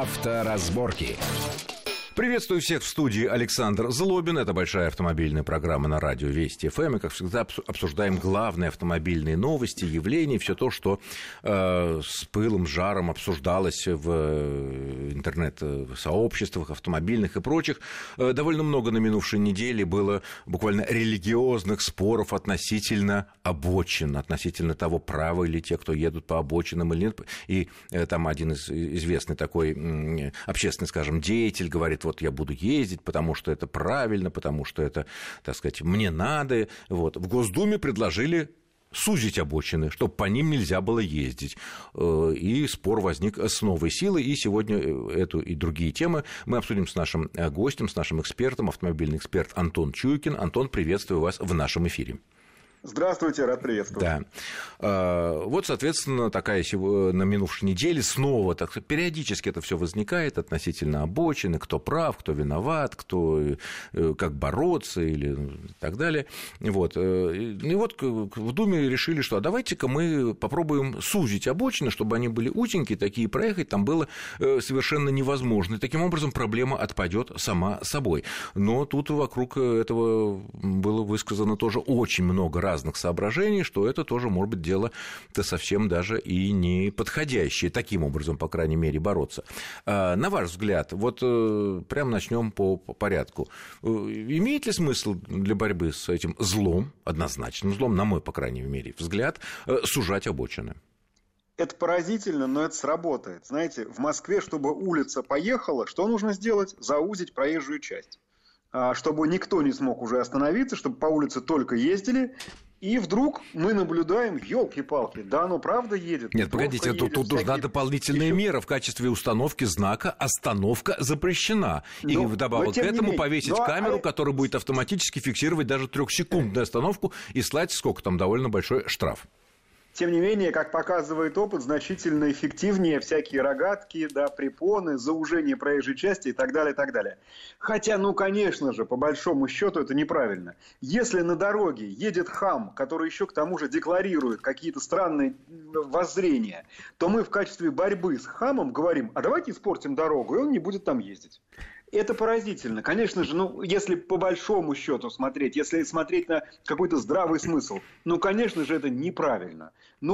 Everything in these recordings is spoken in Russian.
Авторазборки. Приветствую всех в студии. Александр Злобин. Это большая автомобильная программа на радио Вести ФМ. И, как всегда, обсуждаем главные автомобильные новости, явления, все то, что с пылом, жаром обсуждалось в интернет-сообществах автомобильных и прочих. Довольно много на минувшей неделе было буквально религиозных споров относительно обочин, относительно того, правы ли те, кто едут по обочинам или нет. И там один известный такой общественный, скажем, деятель говорит: вот я буду ездить, потому что это правильно, потому что это, так сказать, мне надо. Вот. В Госдуме предложили сузить обочины, чтобы по ним нельзя было ездить. И спор возник с новой силой. И сегодня эту и другие темы мы обсудим с нашим гостем, с нашим экспертом, автомобильный эксперт Антон Чуйкин. Антон, приветствую вас в нашем эфире. Здравствуйте, рад приветствовать. Да. Вот, соответственно, такая на минувшей неделе снова, так сказать, периодически это все возникает относительно обочины, кто прав, кто виноват, кто как бороться или так далее. Вот. И вот в Думе решили, что давайте-ка мы попробуем сузить обочины, чтобы они были узенькие, такие, проехать там было совершенно невозможно. И таким образом проблема отпадет сама собой. Но тут вокруг этого было высказано тоже очень много разных соображений, что это тоже, может быть, дело-то совсем даже и не подходящее, таким образом, по крайней мере, бороться. На ваш взгляд, вот прямо начнем по порядку. Имеет ли смысл для борьбы с этим злом, однозначным злом, на мой, по крайней мере, взгляд, сужать обочины? Это поразительно, но это сработает. Знаете, в Москве, чтобы улица поехала, что нужно сделать? Заузить проезжую часть. Чтобы никто не смог уже остановиться, чтобы по улице только ездили. И вдруг мы наблюдаем, елки-палки, да оно правда едет. Нет, погодите, тут нужна дополнительная мера в качестве установки знака «Остановка запрещена». И вдобавок к этому повесить камеру, которая будет автоматически фиксировать даже 3-секундную остановку и слать, сколько там, довольно большой штраф. Тем не менее, как показывает опыт, значительно эффективнее всякие рогатки, да, препоны, заужение проезжей части и так далее, и так далее. Хотя, конечно же, по большому счету это неправильно. Если на дороге едет хам, который еще к тому же декларирует какие-то странные воззрения, то мы в качестве борьбы с хамом говорим: а давайте испортим дорогу, и он не будет там ездить. Это поразительно. Конечно же, если по большому счету смотреть, если смотреть на какой-то здравый смысл, конечно же, это неправильно.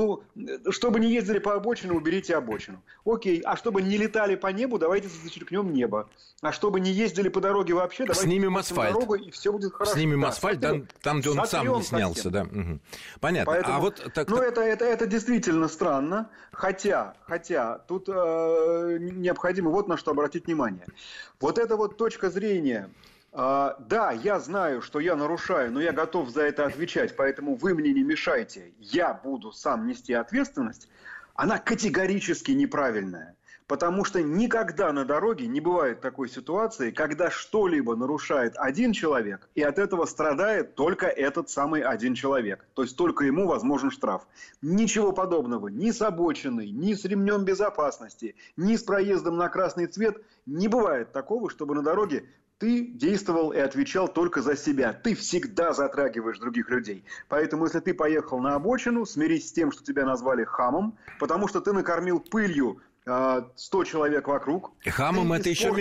Чтобы не ездили по обочине, уберите обочину. Окей, а чтобы не летали по небу, давайте зачеркнем небо. А чтобы не ездили по дороге вообще, давайте снимем асфальт. Дорогу, и все будет хорошо. Снимем асфальт, там, где он сам не снялся. Да. Угу. Понятно. Поэтому, это действительно странно. Хотя тут необходимо вот на что обратить внимание. Вот эта вот точка зрения, да, я знаю, что я нарушаю, но я готов за это отвечать, поэтому вы мне не мешайте, я буду сам нести ответственность, она категорически неправильная. Потому что никогда на дороге не бывает такой ситуации, когда что-либо нарушает один человек, и от этого страдает только этот самый один человек. То есть только ему возможен штраф. Ничего подобного ни с обочиной, ни с ремнем безопасности, ни с проездом на красный цвет не бывает такого, чтобы на дороге ты действовал и отвечал только за себя. Ты всегда затрагиваешь других людей. Поэтому, если ты поехал на обочину, смирись с тем, что тебя назвали хамом, потому что ты накормил пылью 100 человек вокруг. Хамом это еще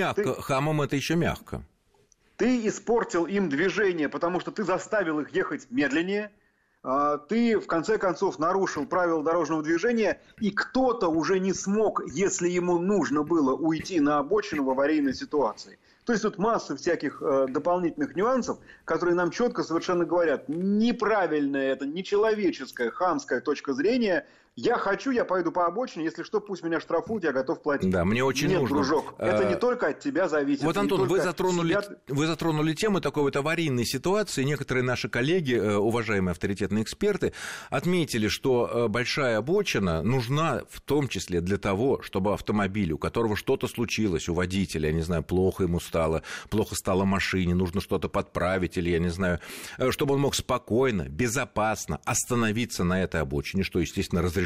мягко. Ты испортил им движение, потому что ты заставил их ехать медленнее. Ты, в конце концов, нарушил правила дорожного движения, и кто-то уже не смог, если ему нужно было уйти на обочину в аварийной ситуации. То есть тут масса всяких дополнительных нюансов, которые нам четко совершенно говорят: неправильная это, нечеловеческая, хамская точка зрения. Я пойду по обочине, если что, пусть меня штрафуют, я готов платить. Да, мне очень нужно. Нет, дружок, это не только от тебя зависит. Вот, Антон, вы затронули тему такой вот аварийной ситуации. Некоторые наши коллеги, уважаемые авторитетные эксперты, отметили, что большая обочина нужна в том числе для того, чтобы автомобиль, у которого что-то случилось, у водителя, я не знаю, плохо ему стало, плохо стало машине, нужно что-то подправить, или, я не знаю, чтобы он мог спокойно, безопасно остановиться на этой обочине, что, естественно, разрешено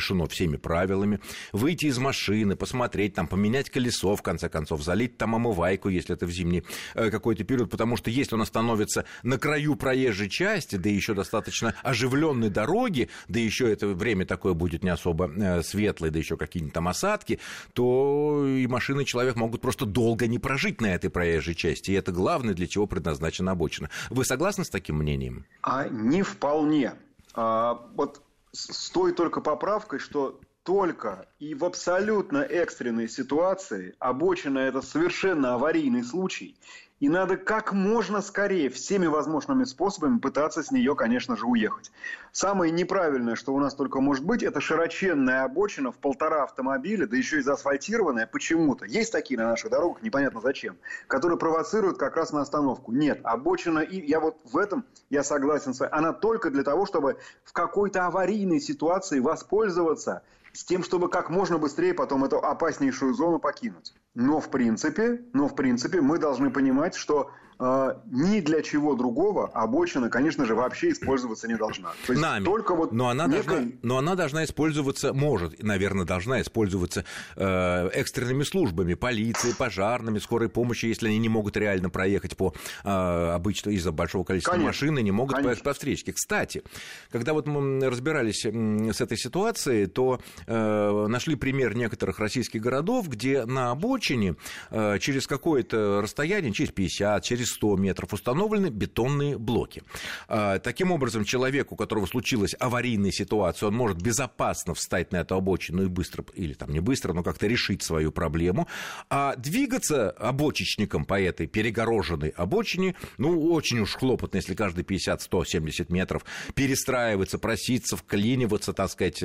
разрешено всеми правилами, выйти из машины, посмотреть, там, поменять колесо, в конце концов, залить там омывайку, если это в зимний какой-то период, потому что если он остановится на краю проезжей части, да еще достаточно оживленной дороги, да еще это время такое будет не особо светлое, да еще какие-нибудь там осадки, то и машины, и человек могут просто долго не прожить на этой проезжей части, и это главное, для чего предназначена обочина. Вы согласны с таким мнением? Не вполне. Вот с той только поправкой, что только и в абсолютно экстренной ситуации обочина – это совершенно аварийный случай, и надо как можно скорее всеми возможными способами пытаться с нее, конечно же, уехать. Самое неправильное, что у нас только может быть, это широченная обочина в 1,5 автомобиля, да еще и заасфальтированная почему-то. Есть такие на наших дорогах, непонятно зачем, которые провоцируют как раз на остановку. Нет, обочина, и я вот в этом я согласен с вами, она только для того, чтобы в какой-то аварийной ситуации воспользоваться с тем, чтобы как можно быстрее потом эту опаснейшую зону покинуть. Но в принципе мы должны понимать, что ни для чего другого обочина, конечно же, вообще использоваться не должна. То есть нами. Только вот но она должна использоваться, наверное, должна использоваться экстренными службами, полицией, пожарными, скорой помощи, если они не могут реально проехать по обычно из-за большого количества машин и не могут проехать по встречке. Кстати, когда вот мы разбирались с этой ситуацией, то нашли пример некоторых российских городов, где на обочине через какое-то расстояние, через 50, через 100 метров установлены бетонные блоки. Таким образом, человеку, у которого случилась аварийная ситуация, он может безопасно встать на эту обочину и быстро, или там не быстро, но как-то решить свою проблему, а двигаться обочечником по этой перегороженной обочине, очень уж хлопотно, если каждые 50, 100, 70 метров перестраиваться, проситься, вклиниваться, так сказать,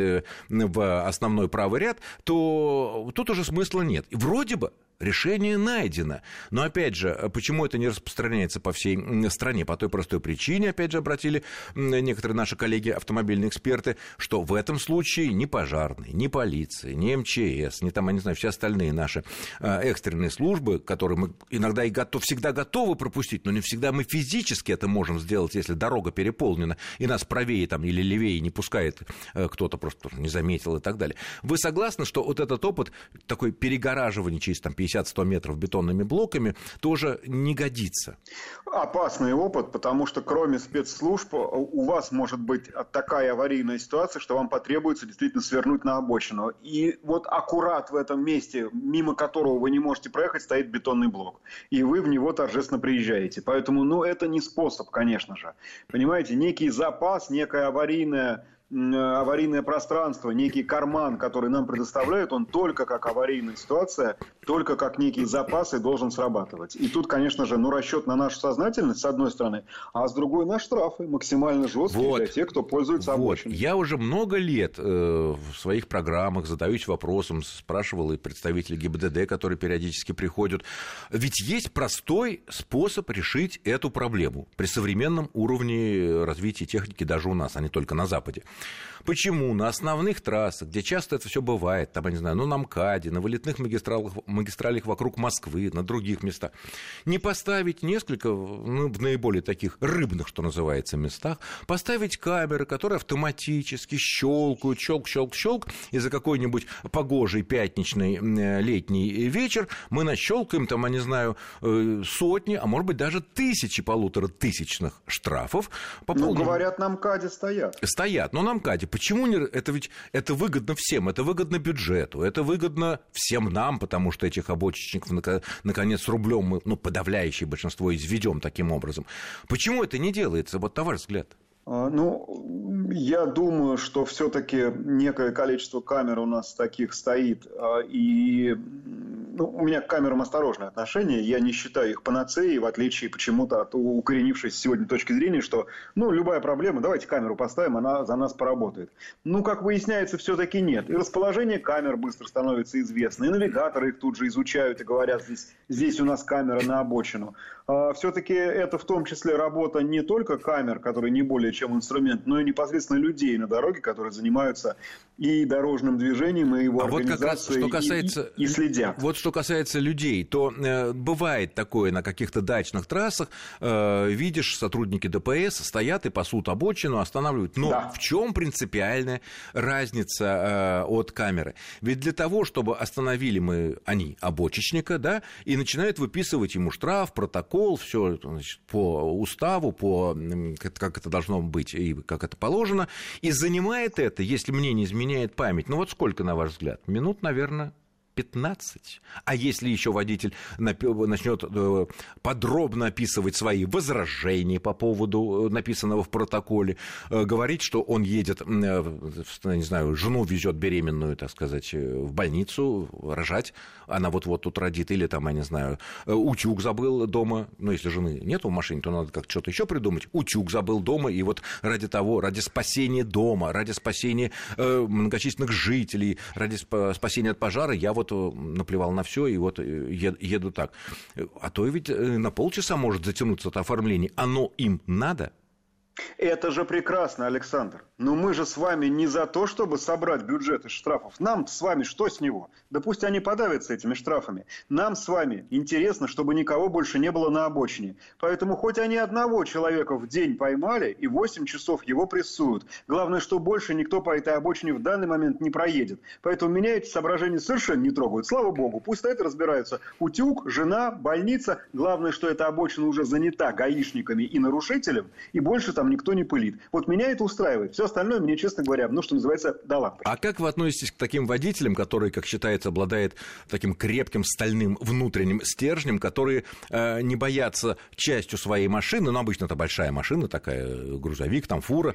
в основной правый ряд, то тут уже смысла нет. И вроде бы решение найдено. Но, опять же, почему это не распространяется по всей стране? По той простой причине, опять же, обратили некоторые наши коллеги, автомобильные эксперты, что в этом случае ни пожарные, ни полиция, ни МЧС, ни там, я не знаю, все остальные наши экстренные службы, которые мы иногда и всегда готовы пропустить, но не всегда мы физически это можем сделать, если дорога переполнена, и нас правее там, или левее не пускает кто-то, просто не заметил и так далее. Вы согласны, что вот этот опыт, такой перегораживание через там 50-100 метров бетонными блоками тоже не годится? Опасный опыт, потому что кроме спецслужб у вас может быть такая аварийная ситуация, что вам потребуется действительно свернуть на обочину. И вот аккурат в этом месте, мимо которого вы не можете проехать, стоит бетонный блок. И вы в него торжественно приезжаете. Поэтому, это не способ, конечно же. Понимаете, некий запас, некое аварийное пространство, некий карман, который нам предоставляют, он только как аварийная ситуация, только как некий запас и должен срабатывать. И тут, конечно же, расчет на нашу сознательность, с одной стороны, а с другой на штрафы максимально жесткие для тех, кто пользуется обочиной. Я уже много лет в своих программах задаюсь вопросом, спрашивал и представителей ГИБДД, которые периодически приходят. Ведь есть простой способ решить эту проблему при современном уровне развития техники даже у нас, а не только на Западе. Почему на основных трассах, где часто это все бывает, там, я не знаю, на МКАДе, на вылетных магистралях вокруг Москвы, на других местах, не поставить несколько, в наиболее таких рыбных, что называется, местах, поставить камеры, которые автоматически щелкают, щелк, и за какой-нибудь погожий пятничный летний вечер мы нащелкаем, там, я не знаю, сотни, а может быть даже тысячи, 1500 штрафов. Говорят, на МКАДе стоят. Стоят, но на МКАДе. Почему не? Это ведь это выгодно всем, это выгодно бюджету, это выгодно всем нам, потому что этих обочечников, наконец, рублем мы, подавляющее большинство изведем таким образом. Почему это не делается, вот на ваш взгляд? Я думаю, что все-таки некое количество камер у нас таких стоит, и у меня к камерам осторожное отношение, я не считаю их панацеей, в отличие почему-то от укоренившейся сегодня точки зрения, что любая проблема, давайте камеру поставим, она за нас поработает. Как выясняется, все-таки нет. И расположение камер быстро становится известно, и навигаторы их тут же изучают и говорят, здесь у нас камера на обочину. Все-таки это в том числе работа не только камер, которые не более чем инструмент, но и непосредственно людей на дороге, которые занимаются и дорожным движением, и его организацией, вот как раз, и следят. Вот что касается людей, то бывает такое на каких-то дачных трассах, видишь, сотрудники ДПС стоят и пасут обочину, останавливают. Но в чем принципиальная разница от камеры? Ведь для того, чтобы остановили они обочечника, да, и начинают выписывать ему штраф, протокол, все по уставу, как это должно быть и как это положено, и занимает это, если мне не изменяет память, вот сколько, на ваш взгляд? Минут, наверное, 15. А если еще водитель начнет подробно описывать свои возражения по поводу написанного в протоколе, говорить, что он едет, не знаю, жену везет беременную, так сказать, в больницу рожать, она вот-вот тут родит, или там, я не знаю, утюг забыл дома, если жены нету в машине, то надо как-то что-то еще придумать, утюг забыл дома, и вот ради спасения дома, ради спасения многочисленных жителей, ради спасения от пожара я наплевал на все и еду так. А то ведь на полчаса может затянуться это оформление. Оно им надо? Это же прекрасно, Александр. Но мы же с вами не за то, чтобы собрать бюджет из штрафов. Нам с вами что с него? Да пусть они подавятся этими штрафами. Нам с вами интересно, чтобы никого больше не было на обочине. Поэтому хоть они одного человека в день поймали и 8 часов его прессуют. Главное, что больше никто по этой обочине в данный момент не проедет. Поэтому меня эти соображения совершенно не трогают. Слава богу, пусть это разбираются. Утюг, жена, больница. Главное, что эта обочина уже занята гаишниками и нарушителем, и больше там никто не пылит. Вот меня это устраивает. Все остальное мне, честно говоря, что называется, до лампочки. А как вы относитесь к таким водителям, которые, как считается, обладают таким крепким стальным внутренним стержнем, которые не боятся частью своей машины, обычно это большая машина, такая грузовик, там фура,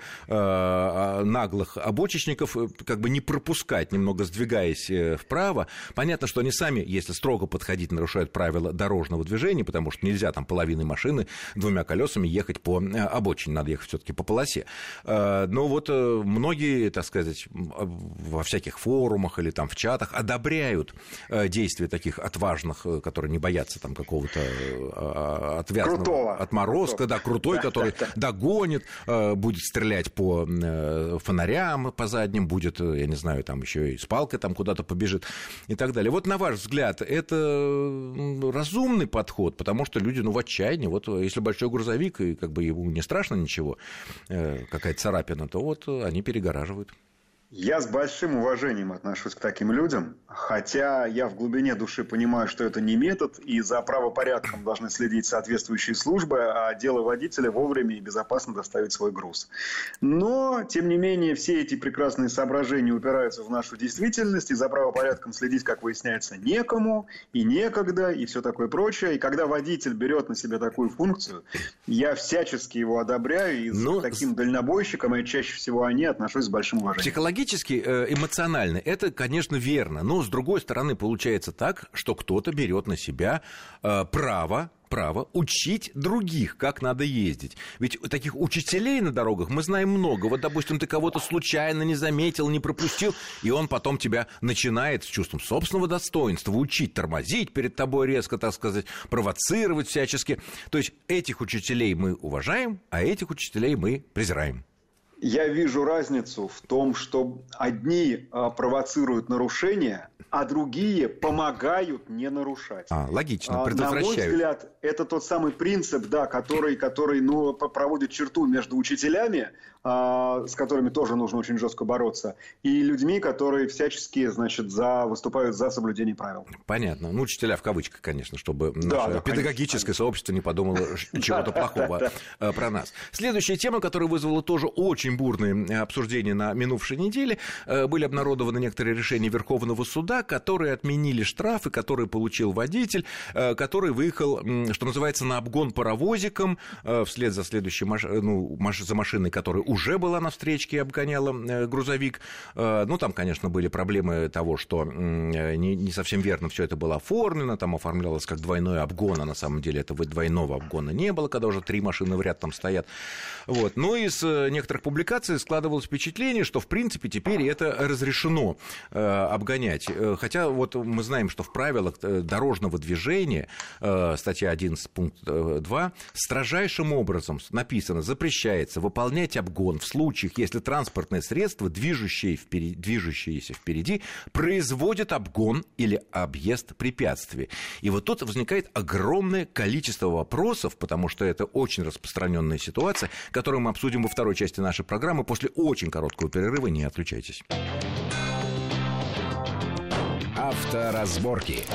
наглых обочечников, как бы не пропускать, немного сдвигаясь вправо. Понятно, что они сами, если строго подходить, нарушают правила дорожного движения, потому что нельзя там половиной машины 2 колесами ехать по обочине, надо ехать все-таки по полосе. Но многие, так сказать, во всяких форумах или там в чатах одобряют действия таких отважных, которые не боятся там какого-то отвязного отморозка, крутой, который догонит, будет стрелять по фонарям по задним, будет, я не знаю, там еще и с палкой там куда-то побежит и так далее. На ваш взгляд, это разумный подход, потому что люди, в отчаянии, если большой грузовик, и как бы ему не страшно ничего, какая-то царапина, то они перегораживают. Я с большим уважением отношусь к таким людям, хотя я в глубине души понимаю, что это не метод, и за правопорядком должны следить соответствующие службы, а дело водителя вовремя и безопасно доставить свой груз. Но, тем не менее, все эти прекрасные соображения упираются в нашу действительность, и за правопорядком следить, как выясняется, некому, и некогда, и все такое прочее. И когда водитель берет на себя такую функцию, я всячески его одобряю, и к таким дальнобойщикам, и чаще всего отношусь с большим уважением. Эмоционально, это, конечно, верно, но, с другой стороны, получается так, что кто-то берет на себя право учить других, как надо ездить. Ведь таких учителей на дорогах мы знаем много. Допустим, ты кого-то случайно не заметил, не пропустил, и он потом тебя начинает с чувством собственного достоинства учить, тормозить перед тобой резко, так сказать, провоцировать всячески. То есть этих учителей мы уважаем, а этих учителей мы презираем. Я вижу разницу в том, что одни провоцируют нарушения, а другие помогают не нарушать. Логично, предотвращают. На мой взгляд, это тот самый принцип, который проводит черту между учителями, с которыми тоже нужно очень жестко бороться, и людьми, которые всячески, выступают за соблюдение правил. Понятно. Учителя в кавычках, конечно, чтобы наше педагогическое сообщество не подумало чего-то плохого про нас. Следующая тема, которая вызвала тоже очень бурные обсуждения на минувшей неделе, были обнародованы некоторые решения Верховного суда, которые отменили штрафы, которые получил водитель, который выехал, что называется, на обгон паровозиком вслед за следующей за машиной, которая уже была на встречке и обгоняла грузовик. Там, конечно, были проблемы того, что не совсем верно все это было оформлено, там оформлялось как двойной обгон, а на самом деле этого двойного обгона не было, когда уже 3 машины в ряд там стоят. Но из некоторых публикаций складывалось впечатление, что, в принципе, теперь это разрешено обгонять. Хотя мы знаем, что в правилах дорожного движения, статья 11, пункт 2, строжайшим образом написано: запрещается выполнять обгон обгон в случаях, если транспортное средство, движущееся впереди, производит обгон или объезд препятствия. И вот тут возникает огромное количество вопросов, потому что это очень распространенная ситуация, которую мы обсудим во второй части нашей программы после очень короткого перерыва. Не отключайтесь. Авторазборки.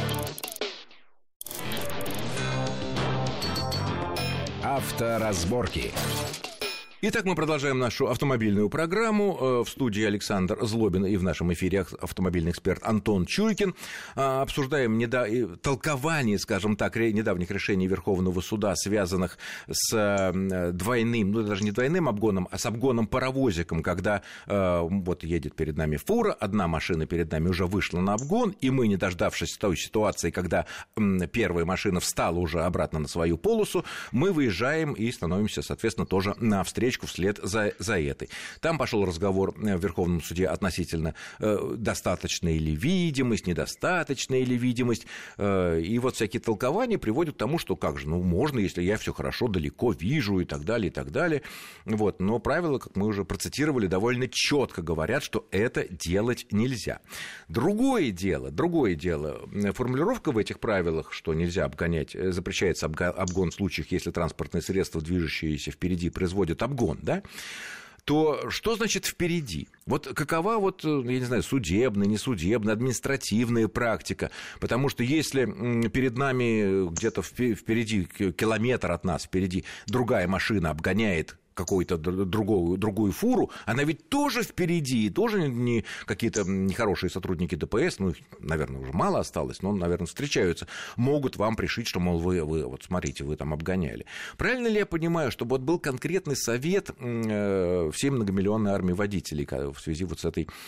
Авторазборки. Итак, мы продолжаем нашу автомобильную программу. В студии Александр Злобин и в нашем эфире автомобильный эксперт Антон Чуйкин. Обсуждаем толкование, скажем так, недавних решений Верховного суда, связанных с двойным, ну даже не двойным обгоном, а с обгоном-паровозиком, когда вот едет перед нами фура, одна машина перед нами уже вышла на обгон, и мы, не дождавшись той ситуации, когда первая машина встала уже обратно на свою полосу, мы выезжаем и становимся, соответственно, тоже на встречу вслед за этой. Там пошел разговор в Верховном суде относительно достаточная ли видимость, недостаточная ли видимость. И вот всякие толкования приводят к тому, что как же, можно, если я все хорошо, далеко вижу и так далее, и так далее. Вот. Но правила, как мы уже процитировали, довольно четко говорят, что это делать нельзя. Другое дело, формулировка в этих правилах, что нельзя обгонять, запрещается обгон в случаях, если транспортное средство, движущееся впереди, производит обгон, да, то что значит впереди? Вот какова я не знаю, судебная, несудебная, административная практика? Потому что если перед нами где-то впереди, километр от нас впереди, другая машина обгоняет какую-то другую фуру, она ведь тоже впереди, тоже не какие-то нехорошие сотрудники ДПС, их, наверное, уже мало осталось, но, наверное, встречаются, могут вам пришить, что, мол, вы вот смотрите, вы там обгоняли. Правильно ли я понимаю, что вот был конкретный совет всей многомиллионной армии водителей в связи вот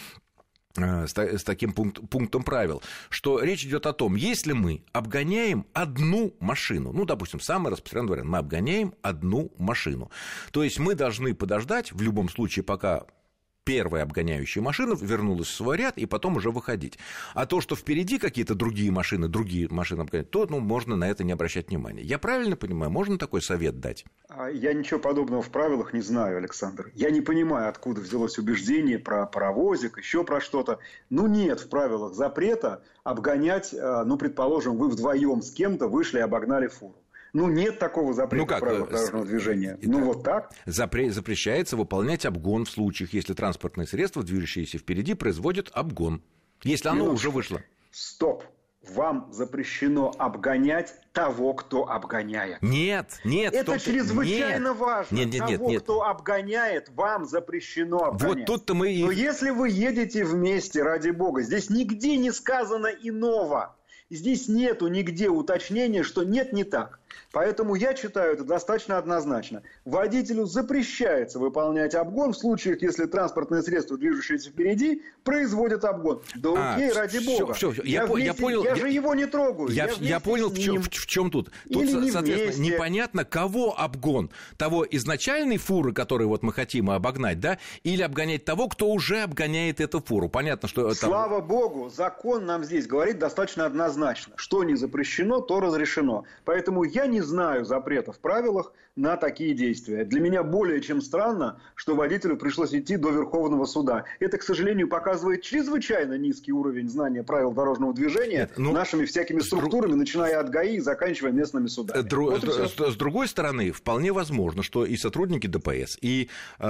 с таким пунктом правил, что речь идет о том, если мы обгоняем одну машину, допустим, самый распространенный вариант, мы обгоняем одну машину, то есть мы должны подождать в любом случае, пока первая обгоняющая машина вернулась в свой ряд, и потом уже выходить. А то, что впереди какие-то другие машины обгоняют, то можно на это не обращать внимания. Я правильно понимаю, можно такой совет дать? Я ничего подобного в правилах не знаю, Александр. Я не понимаю, откуда взялось убеждение про паровозик, еще про что-то. Нет в правилах запрета обгонять, предположим, вы вдвоем с кем-то вышли и обогнали фуру. Нет такого запрета в правилах дорожного движения. Вот так. Запрещается выполнять обгон в случаях, если транспортное средство, движущееся впереди, производит обгон. Если оно уже вышло. Стоп. Вам запрещено обгонять того, кто обгоняет. Нет. Это чрезвычайно важно. Того, кто обгоняет, вам запрещено обгонять. Вот тут-то мы и... Но если вы едете вместе, ради бога, здесь нигде не сказано иного. Здесь нету нигде уточнения, что нет, не так. Поэтому я читаю это достаточно однозначно. Водителю запрещается выполнять обгон в случаях, если транспортное средство, движущееся впереди, производит обгон. Да окей, ради бога. Всё. Я понял. Я же его не трогаю. Я понял, в чем тут. Тут, соответственно, непонятно, кого обгон. Того изначальной фуры, которую мы хотим обогнать, да, или обгонять того, кто уже обгоняет эту фуру. Понятно, что... Слава богу, закон нам здесь говорит достаточно однозначно. Что не запрещено, то разрешено. Поэтому я не знаю запрета в правилах на такие действия. Для меня более чем странно, что водителю пришлось идти до Верховного суда. Это, к сожалению, показывает чрезвычайно низкий уровень знания правил дорожного движения нашими всякими структурами, начиная от ГАИ и заканчивая местными судами. С другой стороны, вполне возможно, что и сотрудники ДПС, и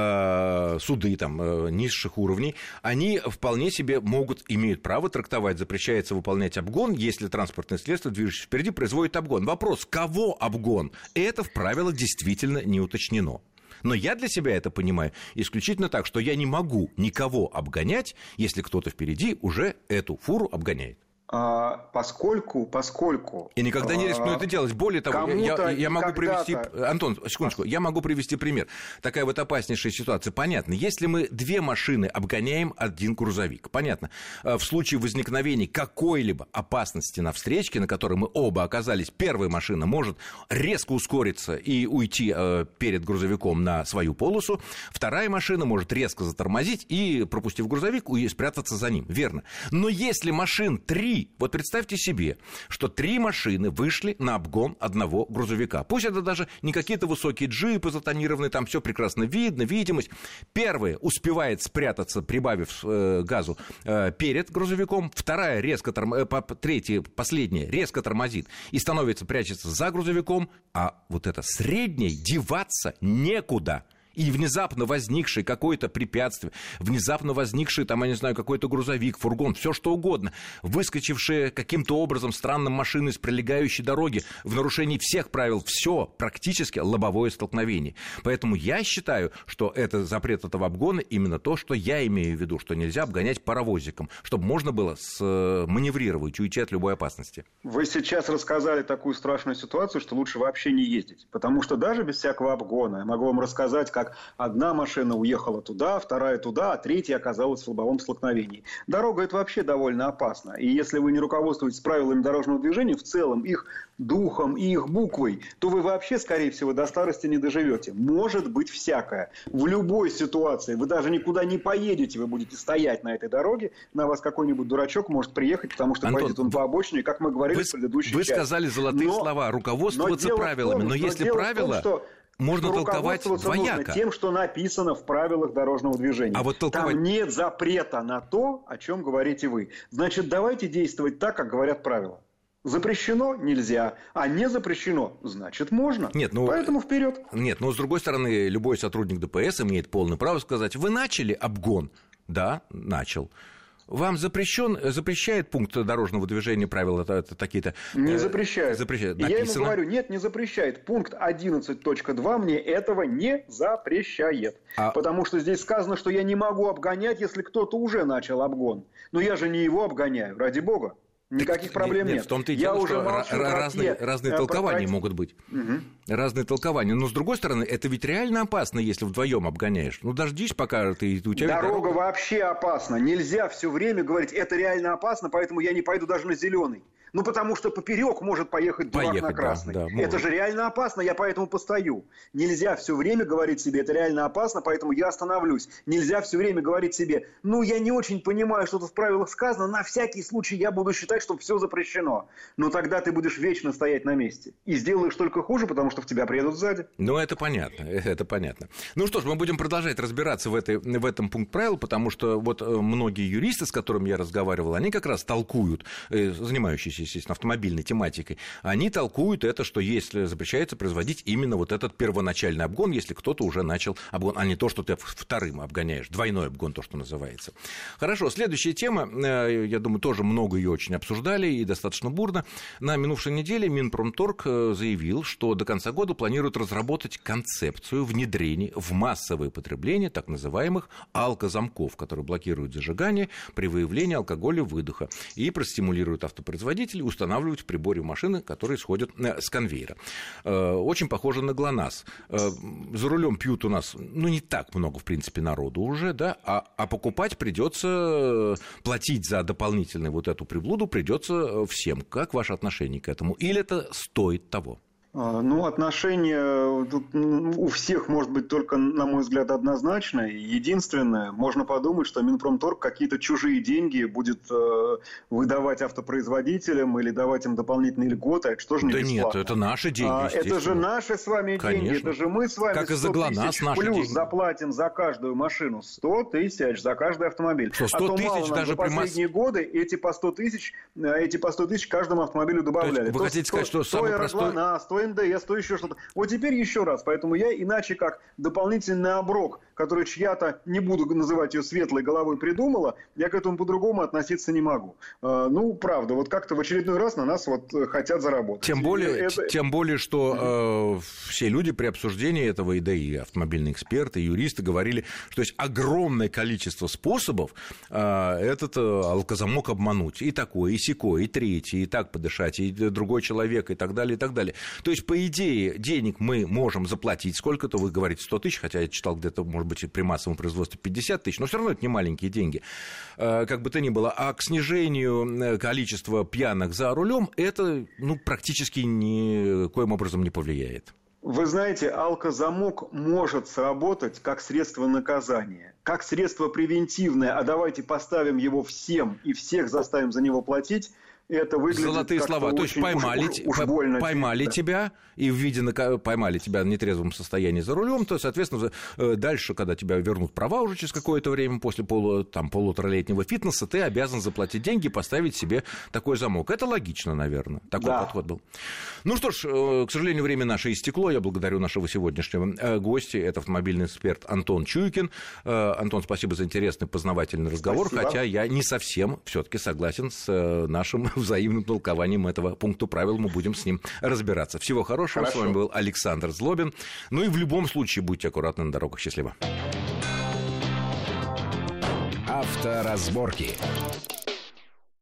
суды низших уровней, они вполне себе имеют право трактовать, запрещается выполнять обгон, если транспортное средство, движущееся впереди, производит обгон. Вопрос, кого обгон? Это в правилах действительно не уточнено. Но я для себя это понимаю исключительно так, что я не могу никого обгонять, если кто-то впереди уже эту фуру обгоняет. Поскольку... И никогда не рискну это делать. Более того, я могу привести... Антон, секундочку, я могу привести пример. Такая вот опаснейшая ситуация. Понятно, если мы две машины обгоняем один грузовик, понятно, в случае возникновения какой-либо опасности на встречке, на которой мы оба оказались, первая машина может резко ускориться и уйти перед грузовиком на свою полосу, вторая машина может резко затормозить и, пропустив грузовик, спрятаться за ним. Верно. Но если машин 3 3. Вот представьте себе, что 3 машины вышли на обгон одного грузовика. Пусть это даже не какие-то высокие джипы затонированные, там все прекрасно видно, видимость. Первая успевает спрятаться, прибавив газу перед грузовиком. Вторая третья, последняя, резко тормозит и прячется за грузовиком. А вот это среднее деваться некуда. И внезапно возникшее какое-то препятствие, внезапно возникший, там, я не знаю, какой-то грузовик, фургон, все что угодно, выскочившие каким-то образом странным машины с прилегающей дороги в нарушении всех правил, все практически лобовое столкновение. Поэтому я считаю, что это запрет этого обгона именно то, что я имею в виду, что нельзя обгонять паровозиком, чтобы можно было маневрировать, уйти от любой опасности. Вы сейчас рассказали такую страшную ситуацию, что лучше вообще не ездить, потому что даже без всякого обгона я могу вам рассказать, как одна машина уехала туда, вторая туда, а третья оказалась в лобовом столкновении. Дорога – это вообще довольно опасно. И если вы не руководствуетесь правилами дорожного движения, в целом их духом и их буквой, то вы вообще, скорее всего, до старости не доживете. Может быть всякое. В любой ситуации вы даже никуда не поедете, вы будете стоять на этой дороге, на вас какой-нибудь дурачок может приехать, потому что Антон, пойдет он по обочине, как мы говорили в предыдущей части. Вы сказали золотые слова, руководствоваться правилами, но если правила... Можно толковать двояко. Тем, что написано в правилах дорожного движения. А вот толковать... Там нет запрета на то, о чем говорите вы. Значит, давайте действовать так, как говорят правила. Запрещено – нельзя, а не запрещено – значит, можно. Нет, поэтому вперед. Нет, но с другой стороны, любой сотрудник ДПС имеет полное право сказать: вы начали обгон? Да, начал. Вам запрещает пункт дорожного движения правил это такие-то? Не запрещает. Написано. Я ему говорю, нет, не запрещает. Пункт 11.2 мне этого не запрещает. Потому что здесь сказано, что я не могу обгонять, если кто-то уже начал обгон. Но я же не его обгоняю, ради бога. Никаких проблем нет. В том-то и дело, что разные толкования могут быть. Разные толкования. Но, с другой стороны, это ведь реально опасно, если вдвоем обгоняешь. Ну, дождись, пока у тебя... Дорога вообще опасна. Нельзя все время говорить, это реально опасно, поэтому я не пойду даже на зеленый. Ну, потому что поперек может поехать дурак на красный. Да, это же реально опасно, я поэтому постою. Нельзя все время говорить себе, это реально опасно, поэтому я остановлюсь. Нельзя все время говорить себе, ну, я не очень понимаю, что тут в правилах сказано, на всякий случай я буду считать, что все запрещено. Но тогда ты будешь вечно стоять на месте. И сделаешь только хуже, потому что в тебя приедут сзади. Ну, это понятно, это понятно. Ну что ж, мы будем продолжать разбираться в этом пункте правил, потому что вот многие юристы, с которыми я разговаривал, они как раз толкуют, занимающиеся, естественно, автомобильной тематикой, они толкуют это, что если запрещается производить именно вот этот первоначальный обгон, если кто-то уже начал обгон, а не то, что ты вторым обгоняешь, двойной обгон, то, что называется. Хорошо, следующая тема, я думаю, тоже много ее очень обсуждали и достаточно бурно. На минувшей неделе Минпромторг заявил, что до конца года планирует разработать концепцию внедрения в массовое потребление так называемых алкозамков, которые блокируют зажигание при выявлении алкоголя выдоха и простимулируют автопроизводителей устанавливать в приборе машины, которые сходят с конвейера. Очень похоже на ГЛОНАСС. За рулем пьют у нас, ну, не так много, в принципе, народу уже, да, а покупать придется, платить за дополнительную вот эту приблуду придется всем. Как ваше отношение к этому? Или это стоит того? Ну, отношение у всех может быть только, на мой взгляд, однозначное. Единственное, можно подумать, что Минпромторг какие-то чужие деньги будет выдавать автопроизводителям или давать им дополнительные льготы. Это что же не бесплатно? Нет, это наши деньги, это же наши с вами деньги. Это же мы с вами как 100 тысяч плюс деньги. Заплатим за каждую машину 100 тысяч, за каждый автомобиль. Что, 100 тысяч даже при последние годы эти по 100 тысяч каждому автомобилю добавляли. Вы хотите сказать, что самый простой... НДС, то еще что-то. Вот теперь еще раз. Поэтому я иначе как дополнительный оброк, который чья-то, не буду называть ее светлой головой, придумала, я к этому по-другому относиться не могу. Ну, правда, вот как-то в очередной раз на нас вот хотят заработать. Тем более, что все люди при обсуждении этого, и автомобильные эксперты, и юристы говорили, что есть огромное количество способов этот алкозамок обмануть. И такое, и сякое, и третье, и так подышать, и другой человек, и так далее, и так далее. То есть, по идее, денег мы можем заплатить сколько-то, вы говорите 100 тысяч, хотя я читал где-то, может быть, при массовом производстве 50 тысяч, но все равно это не маленькие деньги, как бы то ни было. А к снижению количества пьяных за рулем это практически никоим образом не повлияет. Вы знаете, алкозамок может сработать как средство наказания, как средство превентивное, а давайте поставим его всем и всех заставим за него платить. Это выглядит золотые слова. То есть поймали тебя, и в виде поймали тебя в нетрезвом состоянии за рулем, то, соответственно, дальше, когда тебя вернут права уже через какое-то время, после полуторалетнего фитнеса, ты обязан заплатить деньги и поставить себе такой замок. Это логично, наверное. Такой подход был. Ну что ж, к сожалению, время наше истекло. Я благодарю нашего сегодняшнего гостя. Это автомобильный эксперт Антон Чуйкин. Антон, спасибо за интересный познавательный разговор. Спасибо. Хотя я не совсем все-таки согласен с нашим взаимным толкованием этого пункта правил, мы будем с ним разбираться. Всего хорошего. С вами был Александр Злобин. Ну и в любом случае будьте аккуратны на дорогах. Счастливо. Авторазборки.